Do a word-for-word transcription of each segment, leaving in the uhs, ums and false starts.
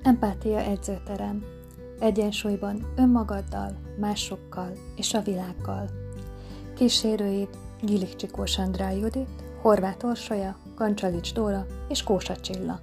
Empátia edzőterem. Egyensúlyban önmagaddal, másokkal és a világgal. Kísérőid Gilich Csikós Andrá Judit, Horváth Orsolya, Kancsalics Dóra és Kósa Csilla.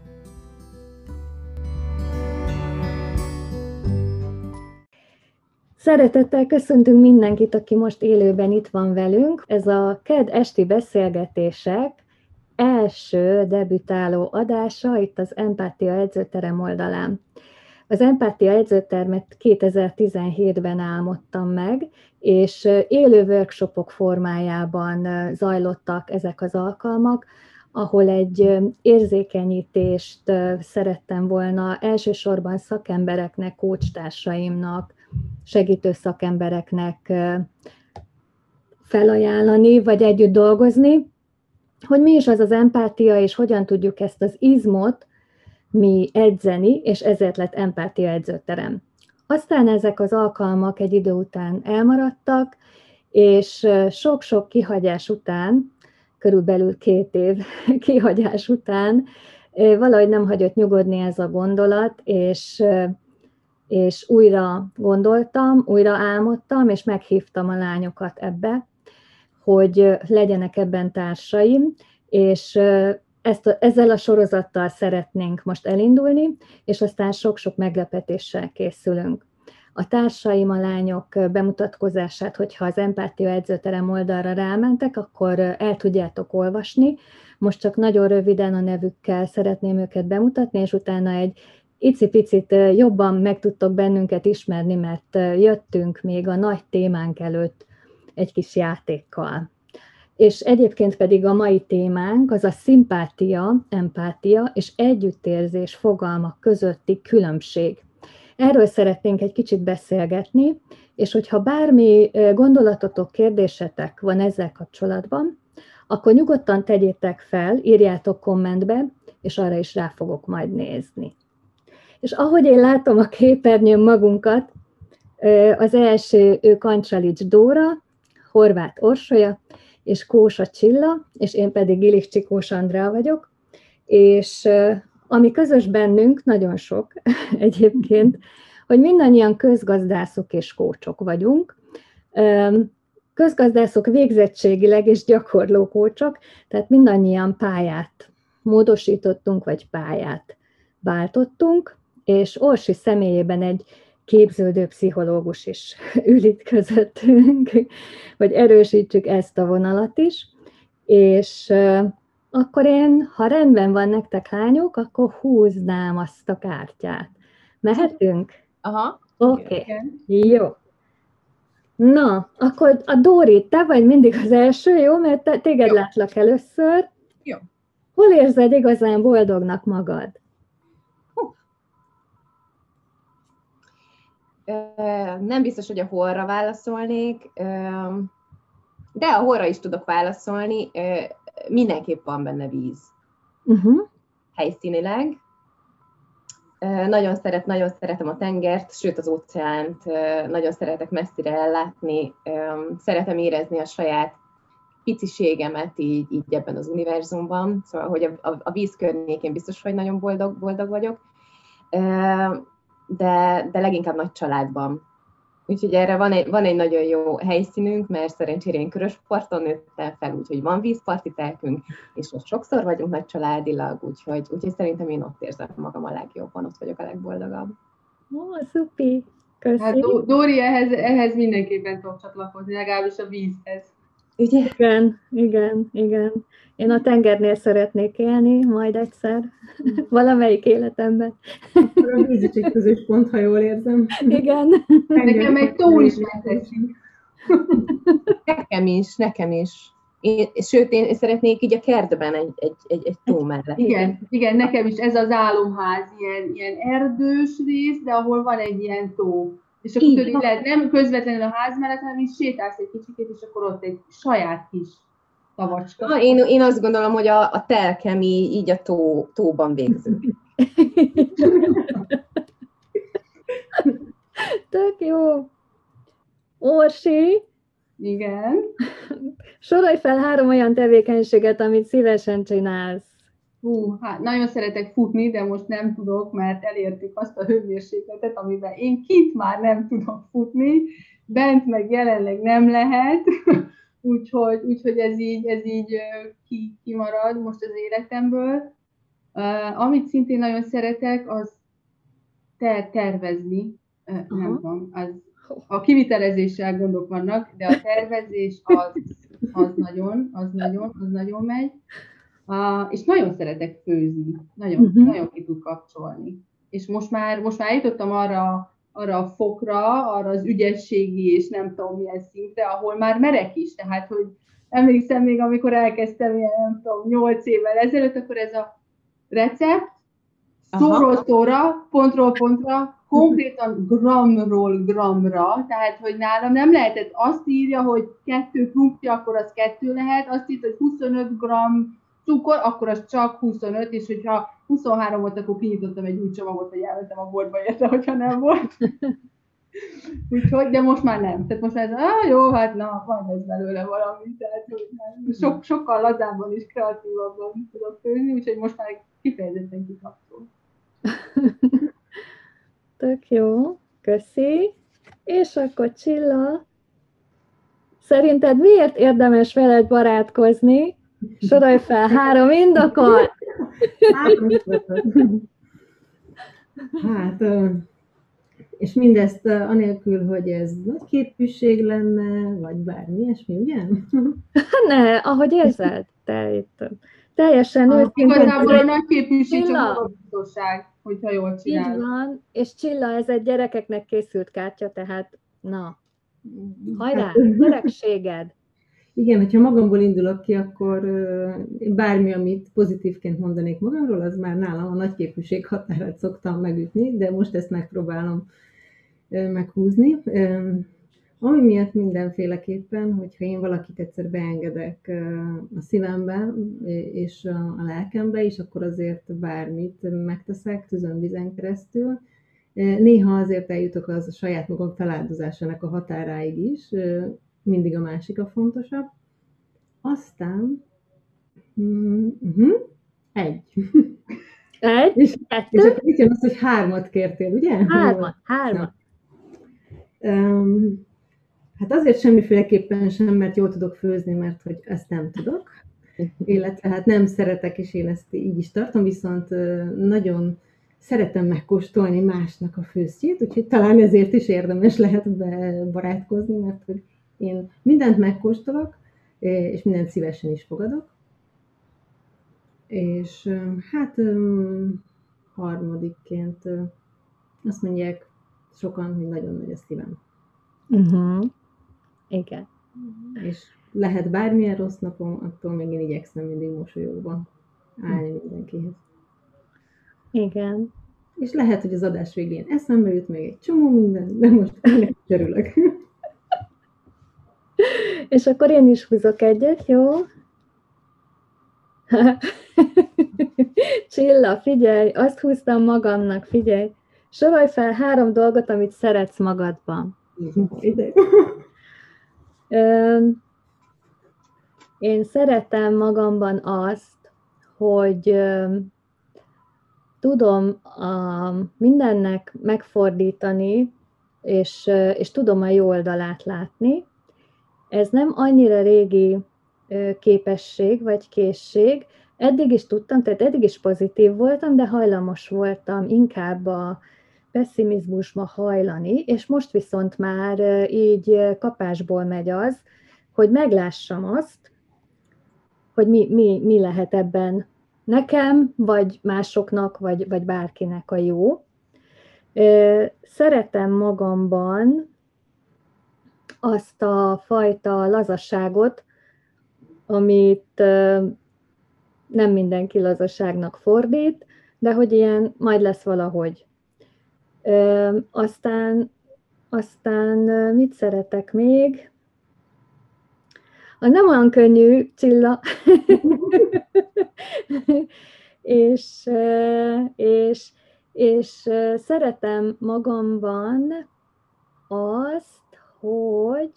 Szeretettel köszöntünk mindenkit, aki most élőben itt van velünk. Ez a kedd esti beszélgetések első debütáló adása itt az Empátia edzőterem oldalán. Az Empátia edzőtermet kétezer-tizenhétben álmodtam meg, és élő workshopok formájában zajlottak ezek az alkalmak, ahol egy érzékenyítést szerettem volna elsősorban szakembereknek, coachtársaimnak, segítő szakembereknek felajánlani, vagy együtt dolgozni, hogy mi is az az empátia, és hogyan tudjuk ezt az izmot mi edzeni, és ezért lett Empátia edzőterem. Aztán ezek az alkalmak egy idő után elmaradtak, és sok-sok kihagyás után, körülbelül két év kihagyás után valahogy nem hagyott nyugodni ez a gondolat, és, és újra gondoltam, újra álmodtam, és meghívtam a lányokat ebbe, hogy legyenek ebben társaim, és ezt a, ezzel a sorozattal szeretnénk most elindulni, és aztán sok-sok meglepetéssel készülünk. A társaim, a lányok bemutatkozását, hogyha az Empátia edzőterem oldalra rámentek, akkor el tudjátok olvasni. Most csak nagyon röviden a nevükkel szeretném őket bemutatni, és utána egy icipicit jobban meg tudtok bennünket ismerni, mert jöttünk még a nagy témánk előtt egy kis játékkal. És egyébként pedig a mai témánk az a szimpátia, empátia és együttérzés fogalmak közötti különbség. Erről szeretnénk egy kicsit beszélgetni, és hogyha bármi gondolatotok, kérdésetek van ezzel kapcsolatban, akkor nyugodtan tegyétek fel, írjátok kommentbe, és arra is rá fogok majd nézni. És ahogy én látom a képernyőn magunkat, az első ő Kancsalics Dóra, Horváth Orsolya, és Kósa Csilla, és én pedig Gilich Csikós Andrá vagyok, és ami közös bennünk, nagyon sok egyébként, hogy mindannyian közgazdászok és kócsok vagyunk. Közgazdászok végzettségileg és gyakorló kócsok, tehát mindannyian pályát módosítottunk, vagy pályát váltottunk, és Orsi személyében egy képződő pszichológus is ül itt közöttünk, hogy erősítsük ezt a vonalat is, és uh, akkor én, ha rendben van nektek lányok, akkor húznám azt a kártyát. Mehetünk? Aha. Oké, okay. Jó. Na, akkor a Dóri, te vagy mindig az első, jó? Mert te, téged jó. Látlak először. Jó. Hol érzed igazán boldognak magad? Nem biztos, hogy a horra válaszolnék, de a horra is tudok válaszolni. Mindenképp van benne víz. Uh-huh. Helyszínileg. Nagyon szeret, nagyon szeretem a tengert, sőt az óceánt, nagyon szeretek messzire ellátni. Szeretem érezni a saját piciségemet így, így ebben az univerzumban. Szóval, hogy a, a, a víz környékén biztos, hogy nagyon boldog, boldog vagyok. De, de leginkább nagy családban. Úgyhogy erre van egy, van egy nagyon jó helyszínünk, mert szerencsére én Körösparton nőttem fel, úgyhogy van vízparti telkünk, és most sokszor vagyunk nagy családilag, úgyhogy, úgyhogy szerintem én ott érzem magam a legjobban, ott vagyok a legboldogabb. Ó, szupi! Köszi! Hát Dóri, ehhez, ehhez mindenképpen tudok csatlakozni, legalábbis a vízhez. Ugye? Igen, igen, igen. Én a tengernél szeretnék élni, majd egyszer, valamelyik életemben. A víz is egy közös pont, ha jól érzem. Igen. Nekem egy tó is megtetszik. Nekem is, nekem is. Én, sőt, én szeretnék így a kertben egy, egy, egy, egy tó mellett. Igen, igen, nekem is ez az álomház, ilyen, ilyen erdős rész, de ahol van egy ilyen tó. És akkor tudod, lehet nem közvetlenül a ház mellett, hanem így sétálsz egy kicsikét, és akkor ott egy saját kis tavacska. Na, én, én azt gondolom, hogy a, a telkem így, így a tó, tóban végzünk. Tök jó. Orsi? Igen. Sorolj fel három olyan tevékenységet, amit szívesen csinálsz. Hú, hát nagyon szeretek futni, de most nem tudok, mert elértük azt a hőmérsékletet, amiben én kint már nem tudok futni, bent meg jelenleg nem lehet, úgyhogy, úgyhogy ez így, ez így ki, kimarad most az életemből. Uh, amit szintén nagyon szeretek, az ter- tervezni, uh, nem tudom, az, a kivitelezéssel gondok vannak, de a tervezés az, az nagyon, az nagyon, az nagyon megy. Uh, és nagyon szeretek főzni, nagyon, uh-huh. nagyon ki tud kapcsolni. És most már, most már jutottam arra, arra a fokra, arra az ügyességi és nem tudom milyen szintre, ahol már merek is. Tehát, hogy emlékszem még, amikor elkezdtem ilyen, nem tudom, nyolc évvel ezelőtt, akkor ez a recept, szóról szóra, pontról pontra, konkrétan gramról gramra, tehát, hogy nálam nem lehetett, azt írja, hogy kettő krumpli, akkor az kettő lehet, azt írja, hogy huszonöt gram cukor, akkor az csak huszonöt, és hogyha huszonhárom volt, akkor kinyitottam egy új csomagot, vagy elmentem a boltba érte, hogyha nem volt. Úgyhogy, de most már nem. Tehát most már ez, ah, jó, hát na, van ez belőle valami, tehát hogy nem. Sok, sokkal lazábban és kreatívabban tudok főzni, úgyhogy most már kifejezetten kikapcsol. Tök jó, köszi. És akkor Csilla, szerinted miért érdemes veled barátkozni? Sorolj fel három indokot! Hát, és mindezt anélkül, hogy ez nagy képűség lenne, vagy bármi ilyesmi, ugye? Ne, ahogy érzed, te itt teljesen őszintén. Igazából a nagy képűség csak magabiztosság, hogyha jól csinálod. Így van, és Csilla, ez egy gyerekeknek készült kártya, tehát na, hajrá, gyerekséged! Igen, hogyha magamból indulok ki, akkor bármi, amit pozitívként mondanék magamról, az már nálam a nagyképűség határát szoktam megütni, de most ezt megpróbálom meghúzni. Ami miatt mindenféleképpen, hogyha én valakit egyszer beengedek a szívembe és a lelkembe is, akkor azért bármit megteszek tüzön vizen keresztül. Néha azért eljutok az a saját magam feláldozásának a határáig is, mindig a másik a fontosabb. Aztán uh-huh, egy. Egy? és, és akkor itt jön az, hogy hármat kértél, ugye? Hármat, hármat. Um, hát azért semmiféleképpen sem, mert jól tudok főzni, mert hogy ezt nem tudok. Illetve hát nem szeretek, és én ezt így is tartom, viszont nagyon szeretem megkóstolni másnak a főztjét, úgyhogy talán ezért is érdemes lehet barátkozni, mert hogy én mindent megkóstolok, és mindent szívesen is fogadok. És hát harmadikként azt mondják sokan, hogy nagyon nagy a szívem. Uh-huh. Igen. És lehet bármilyen rossz napom, attól még én igyekszem mindig mosolyogva állni mindenkihez. Igen. És lehet, hogy az adás végén eszembe jut még egy csomó minden, de most ennek örülök. És akkor én is húzok egyet, jó? Csilla, figyelj, azt húztam magamnak, figyelj. Sorolj fel három dolgot, amit szeretsz magadban. Én szeretem magamban azt, hogy tudom a mindennek megfordítani, és, és tudom a jó oldalát látni. Ez nem annyira régi képesség vagy készség. Eddig is tudtam, tehát eddig is pozitív voltam, de hajlamos voltam inkább a pessimizmusba hajlani, és most viszont már így kapásból megy az, hogy meglássam azt, hogy mi, mi, mi lehet ebben nekem, vagy másoknak, vagy, vagy bárkinek a jó. Szeretem magamban azt a fajta lazaságot, amit nem mindenki lazaságnak fordít, de hogy ilyen majd lesz valahogy. Aztán, aztán mit szeretek még? Nem olyan könnyű, Csilla. és, és, és szeretem magamban azt, hogy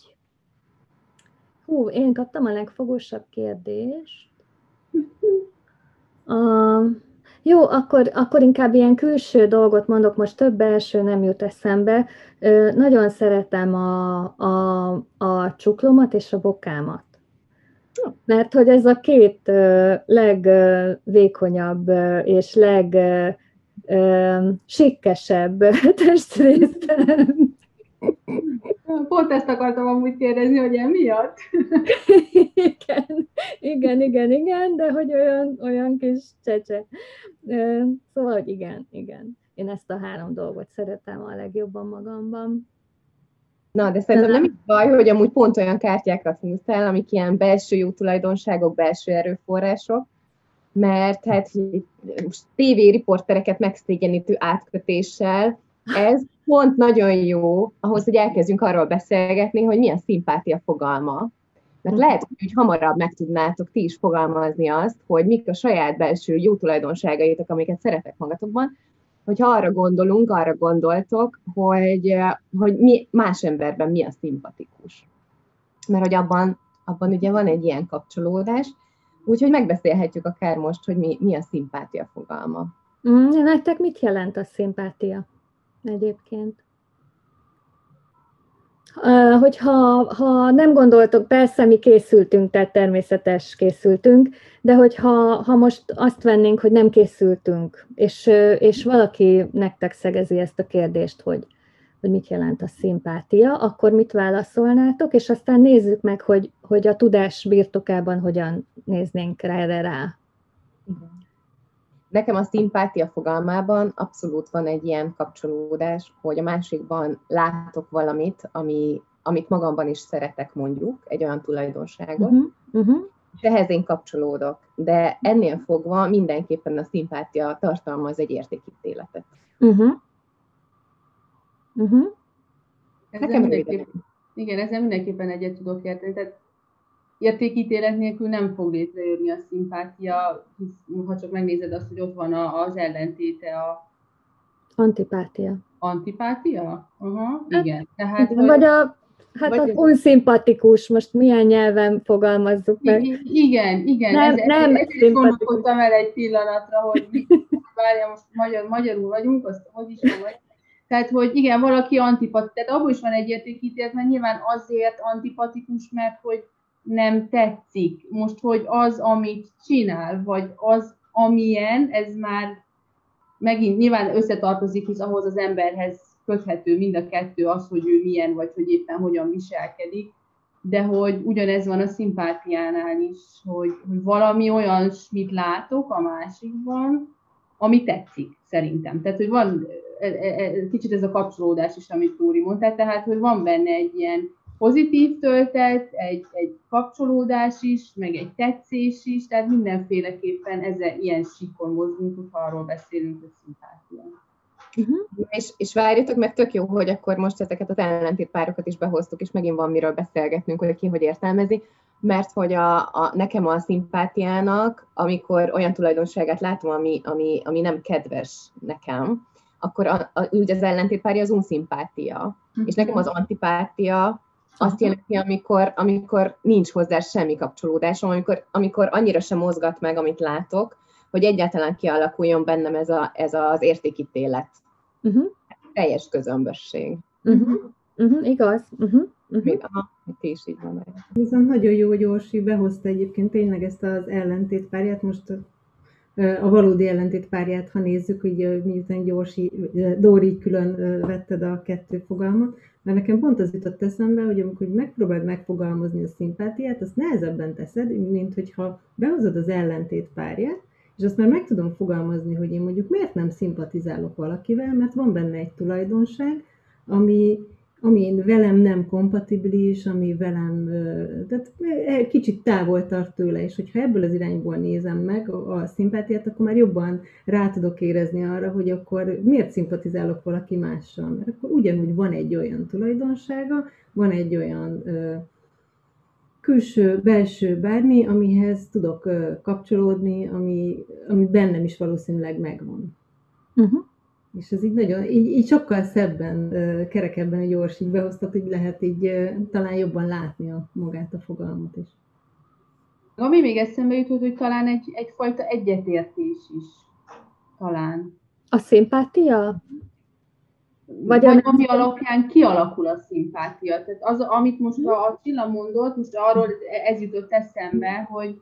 hú, én kaptam a legfogosabb kérdést. A, Jó, akkor, akkor inkább ilyen külső dolgot mondok, most több belső nem jut eszembe. Nagyon szeretem a, a, a csuklomat és a bokámat. Mert hogy ez a két legvékonyabb és legsikkesebb testrészem. Pont ezt akartam amúgy kérdezni, hogy emiatt? igen, igen, igen, igen, de hogy olyan, olyan kis csecse. Szóval, hogy igen, igen. Én ezt a három dolgot szeretem a legjobban magamban. Na, de szerintem nem így baj, hogy amúgy pont olyan kártyákat húztál, amik ilyen belső jó tulajdonságok, belső erőforrások, mert hát most tévériportereket megszégyenítő átkötéssel ez pont nagyon jó ahhoz, hogy elkezdjünk arról beszélgetni, hogy mi a szimpátia fogalma. Mert lehet, hogy hamarabb meg tudnátok ti is fogalmazni azt, hogy mik a saját belső jó tulajdonságaitok, amiket szeretek magatokban, hogyha arra gondolunk, arra gondoltok, hogy, hogy mi, más emberben mi a szimpatikus. Mert hogy abban, abban ugye van egy ilyen kapcsolódás, úgyhogy megbeszélhetjük akár most, hogy mi, mi a szimpátia fogalma. Mm, nektek mit jelent a szimpátia egyébként? Uh, hogyha ha nem gondoltok, persze mi készültünk, tehát természetes készültünk, de hogyha ha most azt vennénk, hogy nem készültünk, és, és valaki nektek szegezi ezt a kérdést, hogy, hogy mit jelent a szimpátia, akkor mit válaszolnátok, és aztán nézzük meg, hogy, hogy a tudás birtokában hogyan néznénk rá erre rá. Nekem a szimpátia fogalmában abszolút van egy ilyen kapcsolódás, hogy a másikban látok valamit, ami, amit magamban is szeretek, mondjuk, egy olyan tulajdonságot, uh-huh, uh-huh. és ehhez én kapcsolódok. De ennél fogva mindenképpen a szimpátia tartalmaz egy értékítéletet. Uh-huh. Uh-huh. Nekem igen, ezzel mindenképpen egyet tudok érteni. Tehát értékítélet nélkül nem fog létrejönni a szimpátia, hisz, ha csak megnézed azt, hogy ott van az ellentéte a... Antipátia. Antipátia? Aha, igen. Tehát, igen, vagy a, hát vagy az unszimpatikus, most milyen nyelven fogalmazzuk meg. Igen, igen. Nem, ez, nem ezért is gondolkodtam el egy pillanatra, hogy mi, várjál, most magyar, magyarul vagyunk, azt hogy is van, vagy. Tehát, hogy igen, valaki antipatikus, tehát abból is van egy értékítélet, mert nyilván azért antipatikus, mert hogy nem tetszik. Most, hogy az, amit csinál, vagy az, amilyen, ez már megint nyilván összetartozik, hisz ahhoz az emberhez köthető mind a kettő az, hogy ő milyen, vagy hogy éppen hogyan viselkedik, de hogy ugyanez van a szimpátiánál is, hogy, hogy valami olyan, mit látok a másikban, ami tetszik, szerintem. Tehát, hogy van kicsit ez a kapcsolódás is, amit Tóri mondta, tehát, hogy van benne egy ilyen pozitív töltet, egy, egy kapcsolódás is, meg egy tetszés is, tehát mindenféleképpen ezzel ilyen síkon mozgunk, hogyha arról beszélünk, hogy szimpátia. Uh-huh. És, és várjatok, mert tök jó, hogy akkor most ezeket az ellentétpárokat is behoztuk, és megint van miről beszélgetnünk, hogy ki hogy értelmezi, mert hogy a, a, nekem a szimpátiának, amikor olyan tulajdonságát látom, ami, ami, ami nem kedves nekem, akkor a, a, úgy az ellentétpárja az unszimpátia. Uh-huh. És nekem az antipátia azt jelenti, amikor, amikor nincs hozzá semmi kapcsolódásom, amikor, amikor annyira sem mozgat meg, amit látok, hogy egyáltalán kialakuljon bennem ez, a, ez az értékítélet. Uh-huh. Teljes közömbösség. Uh-huh. Uh-huh. Igaz. Uh-huh. Uh-huh. Még, aha, ti is így van. Viszont nagyon jó, hogy Orsi behozta egyébként tényleg ezt az ellentétpárját. Most a valódi ellentétpárját, ha nézzük, hogy miután Orsi, Dóri külön vetted a kettő fogalmat, mert nekem pont az jutott eszembe, hogy amikor megpróbáld megfogalmazni a szimpátiát, azt nehezebben teszed, mint hogyha behozod az ellentétpárját, és azt már meg tudom fogalmazni, hogy én mondjuk miért nem szimpatizálok valakivel, mert van benne egy tulajdonság, ami, ami velem nem kompatibilis, ami velem tehát kicsit távol tart tőle, és hogyha ebből az irányból nézem meg a, a szimpátiát, akkor már jobban rá tudok érezni arra, hogy akkor miért szimpatizálok valaki mással, mert akkor ugyanúgy van egy olyan tulajdonsága, van egy olyan ö, külső, belső bármi, amihez tudok ö, kapcsolódni, ami, ami bennem is valószínűleg megvan. Uh-huh. És ez így nagyon, így, így sokkal szebben, kerekebben, hogy gyors így behoztat, hogy lehet így talán jobban látni a magát a fogalmat is. Ami még eszembe jutott, hogy talán egy, egyfajta egyetértés is. talán. A szimpátia? Vagy, Vagy ami alapján kialakul a szimpátia. Tehát az, amit most a, a Csilla mondott, most arról ez jutott eszembe, hogy,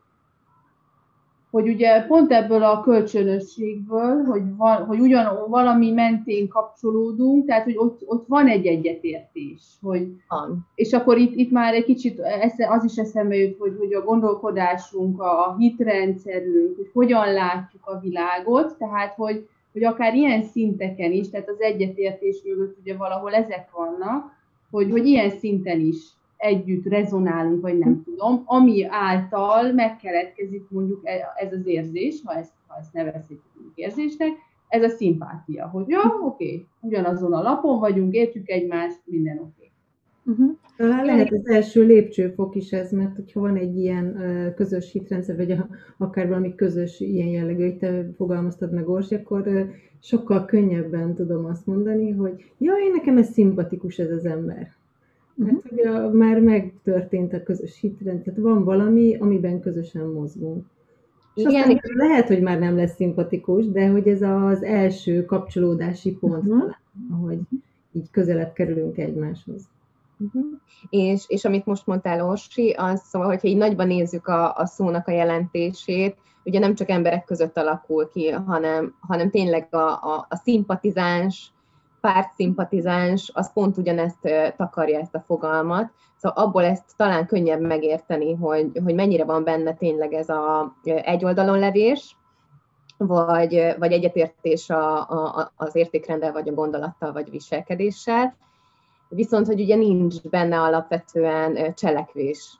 hogy ugye pont ebből a kölcsönösségből, hogy, val, hogy ugyan valami mentén kapcsolódunk, tehát hogy ott, ott van egy egyetértés. Hogy, és akkor itt, itt már egy kicsit esze, az is eszembe jut, hogy, hogy a gondolkodásunk, a, a hitrendszerünk, hogy hogyan látjuk a világot, tehát hogy hogy akár ilyen szinteken is, tehát az egyetértés mögött ugye valahol ezek vannak, hogy, hogy ilyen szinten is együtt rezonálunk, vagy nem tudom, ami által megkeletkezik mondjuk ez az érzés, ha ezt, ha ezt nevezhetjük érzésnek, ez a szimpátia, hogy ja, oké, okay, ugyanazon a lapon vagyunk, értjük egymást, minden oké. Okay. Uh-huh. Talán lehet az első lépcsőfok is ez, mert hogyha van egy ilyen uh, közös hitrendszer, vagy a, akár valami közös ilyen jellegű, hogy te fogalmaztad meg, Orsi, akkor uh, sokkal könnyebben tudom azt mondani, hogy jaj, nekem ez szimpatikus ez az ember. Uh-huh. Mert ugye már megtörtént a közös hitrendszer, tehát van valami, amiben közösen mozgunk. És igen, aztán lehet, hogy már nem lesz szimpatikus, de hogy ez az első kapcsolódási pont, uh-huh. talán, ahogy így közelebb kerülünk egymáshoz. Uh-huh. És, és amit most mondtál, Orsi, az szóval, hogyha így nagyban nézzük a, a szónak a jelentését, ugye nem csak emberek között alakul ki, hanem, hanem tényleg a, a, a szimpatizáns, pártszimpatizáns, az pont ugyanezt takarja, ezt a fogalmat. Szóval abból ezt talán könnyebb megérteni, hogy, hogy mennyire van benne tényleg ez a egy oldalon levés, vagy, vagy egyetértés a, a, az értékrenddel, vagy a gondolattal, vagy viselkedéssel. Viszont, hogy ugye nincs benne alapvetően cselekvés.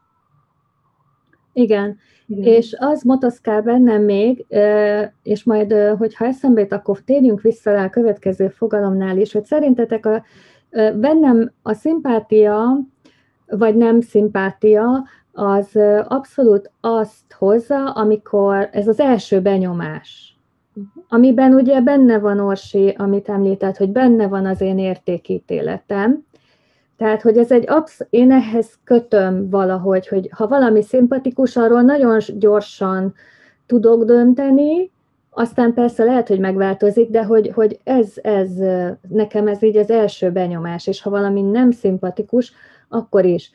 Igen, Igen. És az motoszkál bennem még, és majd, hogyha eszembe jut, akkor térjünk vissza rá a következő fogalomnál is, hogy szerintetek a, bennem a szimpátia, vagy nem szimpátia, az abszolút azt hozza, amikor ez az első benyomás, uh-huh. amiben ugye benne van, Orsi, amit említett, hogy benne van az én értékítéletem. Tehát, hogy ez egy absz- én ehhez kötöm valahogy, hogy ha valami szimpatikus, arról nagyon gyorsan tudok dönteni, aztán persze lehet, hogy megváltozik, de hogy, hogy ez, ez, nekem ez így az első benyomás, és ha valami nem szimpatikus, akkor is.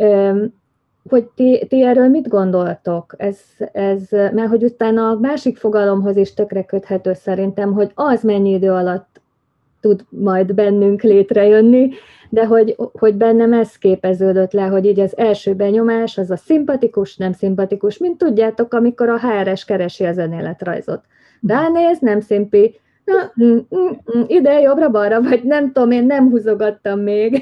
Hogy ti, ti erről mit gondoltok? Ez, ez, mert hogy utána a másik fogalomhoz is tökre köthető szerintem, hogy az mennyi idő alatt tud majd bennünk létrejönni, de hogy, hogy bennem ez képeződött le, hogy így az első benyomás, az a szimpatikus, nem szimpatikus, mint tudjátok, amikor a há er es keresi az önéletrajzot. Ránéz, nem szimpi, na, mm, mm, mm, ide, jobbra-balra, vagy nem tudom, én nem húzogattam még.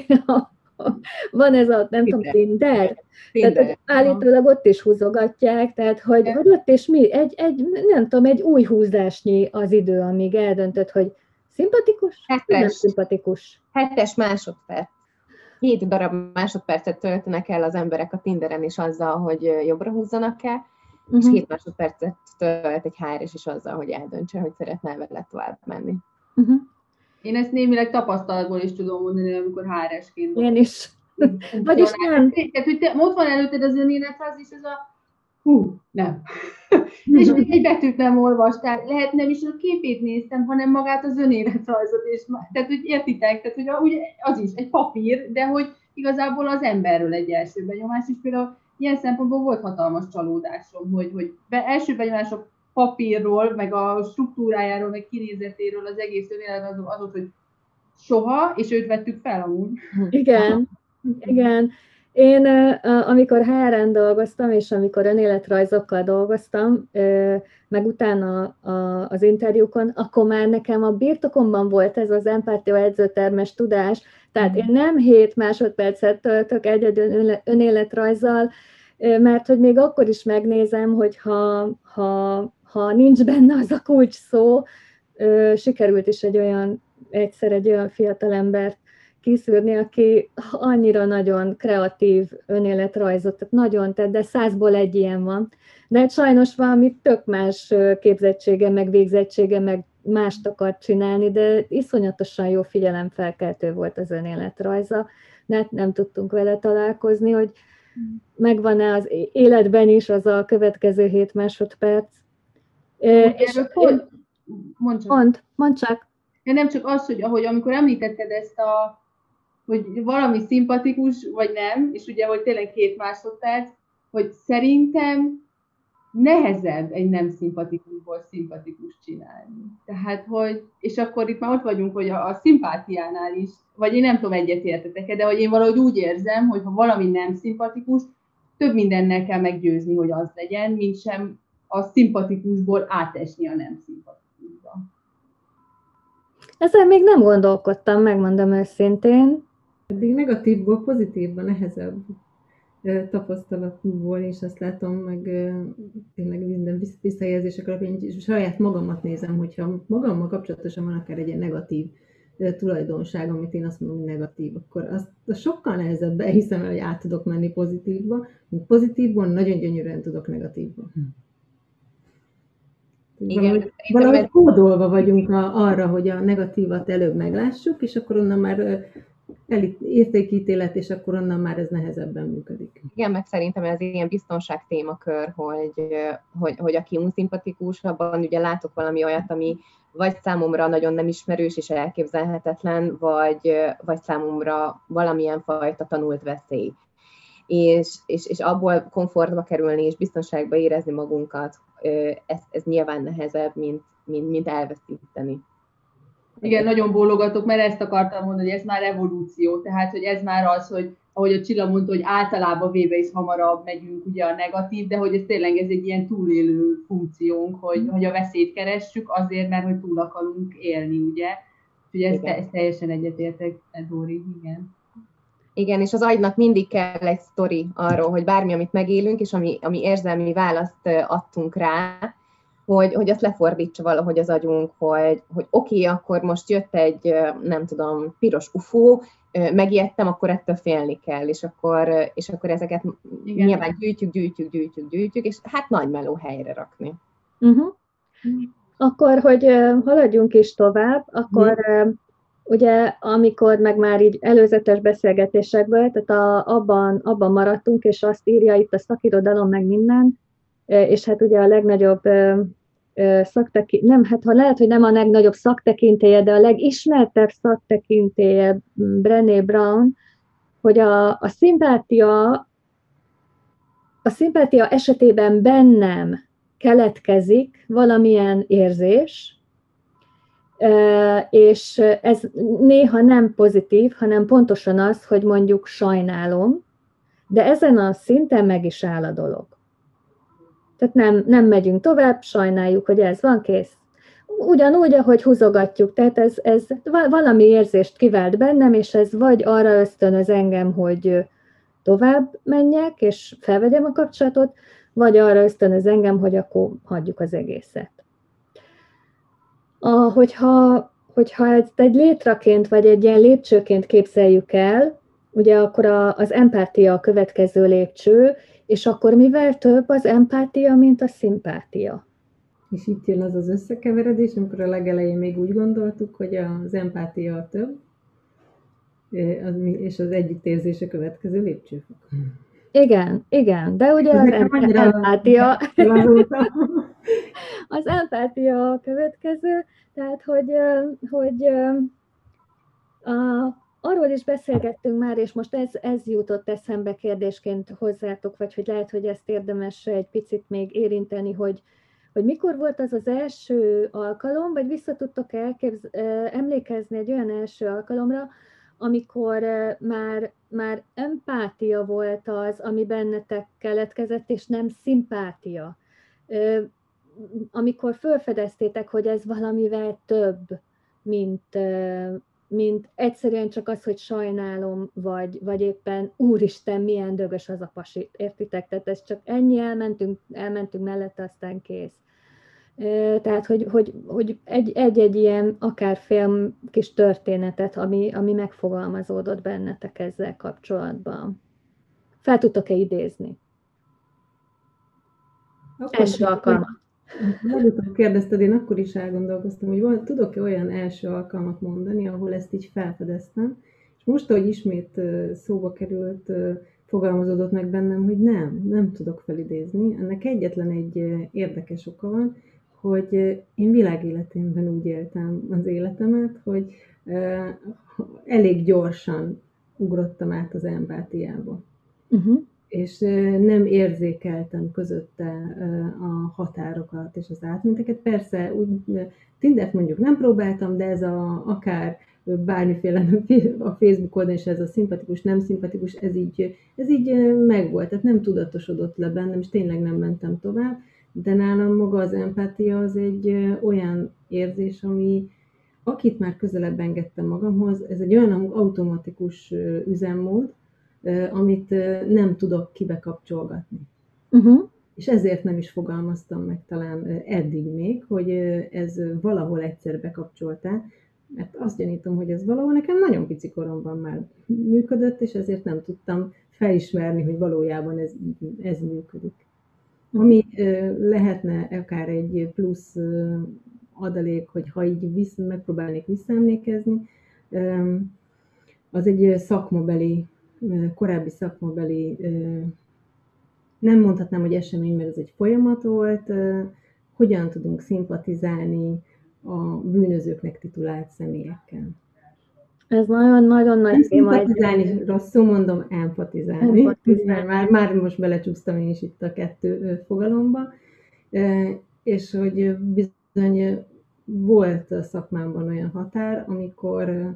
Van ez a, nem tudom, Tinder. Tinder. Tehát állítólag ott is húzogatják, tehát hogy, hogy ott is mi, egy, egy, nem tudom, egy új húzásnyi az idő, amíg eldöntött, hogy szimpatikus? Hetes, nem szimpatikus. Hetes másodperc. Hét darab másodpercet töltenek el az emberek a Tinderen is azzal, hogy jobbra húzzanak el, uh-huh. és hét másodpercet tölt egy há er es is azzal, hogy eldöntse, hogy szeretne vele tovább menni. Uh-huh. Én ezt némileg tapasztalatból is tudom mondani, amikor há er esként Én is. Vagyis nem. Tehát, hogy te, ott van előtted az önéletrajz, és ez a hú, nem. És még egy betűt nem olvastál, lehet nem is a képét néztem, hanem magát az önéletrajzot, és tehát, hogy értitek, tehát, hogy ugye az is egy papír, de hogy igazából az emberről egy első benyomás, és például ilyen szempontból volt hatalmas csalódásom, hogy, hogy be, első benyomások papírról, meg a struktúrájáról, meg kinézetéről az egész önéletrajzot az volt, hogy soha, és őt vettük fel amúgy. Igen, igen. Én, amikor há er-en dolgoztam, és amikor önéletrajzokkal dolgoztam, meg utána az interjúkon, akkor már nekem a birtokomban volt ez az empátia edzőtermes tudás, tehát én nem hét másodpercet töltök egyedül önéletrajzzal, mert hogy még akkor is megnézem, hogy ha, ha, ha nincs benne az a kulcs szó, sikerült is egy olyan, egyszer egy olyan fiatalembert kiszűrni, aki annyira nagyon kreatív önéletrajzot, tehát nagyon tett, de százból egy ilyen van. De hát sajnos valami tök más képzettsége, meg végzettsége, meg mást akart csinálni, de iszonyatosan jó figyelemfelkeltő volt az önéletrajza, de hát nem tudtunk vele találkozni, hogy megvan-e az életben is az a következő hét másodperc. És pont, Mondd csak. Mond, mondd csak. Ja, nem csak az, hogy ahogy amikor említetted ezt a, hogy valami szimpatikus, vagy nem, és ugye, hogy tényleg két másodperc, hogy szerintem nehezebb egy nem szimpatikusból szimpatikus csinálni. Tehát, hogy, és akkor itt már ott vagyunk, hogy a, a szimpátiánál is, vagy én nem tudom, egyetértetek-e, de hogy én valahogy úgy érzem, hogy ha valami nem szimpatikus, több mindennel kell meggyőzni, hogy az legyen, mint sem a szimpatikusból átesni a nem szimpatikusba. Ezzel még nem gondolkodtam, megmondom őszintén. Eddig negatívból pozitívban nehezebb tapasztalatból, és azt látom, meg tényleg minden visszajelzések alapján, és saját magamat nézem, hogyha magammal kapcsolatosan van akár egy ilyen negatív tulajdonság, amit én azt mondom, hogy negatív, akkor azt, azt sokkal nehezebb elhiszem el, hogy át tudok menni pozitívba, mint pozitívból nagyon gyönyörűen tudok negatívba. Igen, valahogy, valahogy kódolva vagyunk a, arra, hogy a negatívat előbb meglássuk, és akkor onnan már értékítélet, és akkor onnan már ez nehezebben működik. Igen, meg szerintem ez ilyen biztonság témakör, hogy, hogy, hogy aki unszimpatikus, abban ugye látok valami olyat, ami vagy számomra nagyon nem ismerős és elképzelhetetlen, vagy, vagy számomra valamilyen fajta tanult veszély. És, és, és abból komfortba kerülni és biztonságba érezni magunkat, ez, ez nyilván nehezebb, mint, mint, mint elveszíteni. Igen, nagyon bólogatok, mert ezt akartam mondani, hogy ez már evolúció, tehát hogy ez már az, hogy ahogy a Csilla mondta, hogy általában véve is hamarabb megyünk ugye a negatív, de hogy ez tényleg ez egy ilyen túlélő funkciónk, hogy, hogy a veszélyt keressük azért, mert hogy túl akarunk élni, ugye? Úgyhogy ez, te, ez teljesen egyetértek, Dóri, igen. Igen, és az agynak mindig kell egy sztori arról, hogy bármi, amit megélünk, és ami, ami érzelmi választ adtunk rá, hogy, hogy azt lefordítsa valahogy az agyunk, hogy, hogy oké, okay, akkor most jött egy, nem tudom, piros ufó, megijedtem, akkor ettől félni kell, és akkor, és akkor ezeket igen. Nyilván gyűjtjük, gyűjtjük, gyűjtjük, gyűjtjük, és hát nagy meló helyre rakni. Uh-huh. Akkor, hogy haladjunk is tovább, akkor uh-huh. ugye, amikor meg már így előzetes beszélgetésekből, tehát a, abban, abban maradtunk, és azt írja itt a szakirodalom meg minden, és hát ugye a legnagyobb szaktekintély, nem, hát ha lehet, hogy nem a legnagyobb szaktekintélye, de a legismertebb szaktekintélye Brené Brown, hogy a, a szimpátia a szimpátia esetében bennem keletkezik valamilyen érzés, és ez néha nem pozitív, hanem pontosan az, hogy mondjuk sajnálom, de ezen a szinten meg is áll a dolog. Tehát nem, nem megyünk tovább, sajnáljuk, hogy ez van, kész. Ugyanúgy, ahogy húzogatjuk, tehát ez, ez valami érzést kivált bennem, és ez vagy arra ösztönöz engem, hogy tovább menjek, és felvegyem a kapcsolatot, vagy arra ösztönöz engem, hogy akkor hagyjuk az egészet. A, hogyha, hogyha ezt egy létraként, vagy egy ilyen lépcsőként képzeljük el, ugye akkor a, az empátia a következő lépcső, és akkor mivel több az empátia, mint a szimpátia? És itt jön az az összekeveredés, amikor a legelején még úgy gondoltuk, hogy az empátia a több, és az együttérzés a következő lépcsőfok. Igen, igen, de ugye az empátia, az empátia a következő, tehát hogy, hogy a, arról is beszélgettünk már, és most ez, ez jutott eszembe kérdésként hozzátok, vagy hogy lehet, hogy ezt érdemes egy picit még érinteni, hogy, hogy mikor volt az az első alkalom, vagy vissza tudtok elképz- emlékezni egy olyan első alkalomra, amikor már, már empátia volt az, ami bennetek keletkezett, és nem szimpátia. Amikor felfedeztétek, hogy ez valamivel több, mint, mint egyszerűen csak az, hogy sajnálom, vagy, vagy éppen úristen, milyen dögös az a pasi, értitek? Tehát ez csak ennyi, elmentünk, elmentünk mellette, aztán kész. Tehát, hogy, hogy, hogy egy-egy ilyen akár film kis történetet, ami, ami megfogalmazódott bennetek ezzel kapcsolatban. Fel tudtok-e idézni? Akkor első alkalmat. Legutóbb kérdezted, én akkor is elgondolkoztam, hogy van, tudok-e olyan első alkalmat mondani, ahol ezt így felfedeztem, és most, ahogy ismét szóba került, fogalmazódott meg bennem, hogy nem, nem tudok felidézni. Ennek egyetlen egy érdekes oka van, hogy én világéletemben úgy éltem az életemet, hogy elég gyorsan ugrottam át az empátiába. Uh-huh. És nem érzékeltem közötte a határokat és az átmeneteket. Persze, úgy Tindert mondjuk nem próbáltam, de ez a, akár bármiféle a Facebook oldalon is ez a szimpatikus, nem szimpatikus, ez így, ez így megvolt, tehát nem tudatosodott le bennem, és tényleg nem mentem tovább, de nálam maga az empátia az egy olyan érzés, ami akit már közelebb engedtem magamhoz, ez egy olyan automatikus üzemmód, amit nem tudok kibekapcsolgatni. Uh-huh. És ezért nem is fogalmaztam meg talán eddig még, hogy ez valahol egyszer bekapcsoltál, mert azt gyanítom, hogy ez valahol nekem nagyon pici koromban már működött, és ezért nem tudtam felismerni, hogy valójában ez, ez működik. Uh-huh. Ami lehetne akár egy plusz adalék, hogy ha így visz, megpróbálnék visszaemlékezni, az egy szakmabeli, korábbi szakmabeli, nem mondhatnám, hogy esemény, mert ez egy folyamat volt, hogyan tudunk szimpatizálni a bűnözőknek titulált személyekkel. Ez nagyon-nagyon nagy téma. Szimpatizálni, rosszul mondom, empatizálni. empatizálni. Már, már most belecsúsztam én is itt a kettő fogalomba, és hogy bizony volt a szakmámban olyan határ, amikor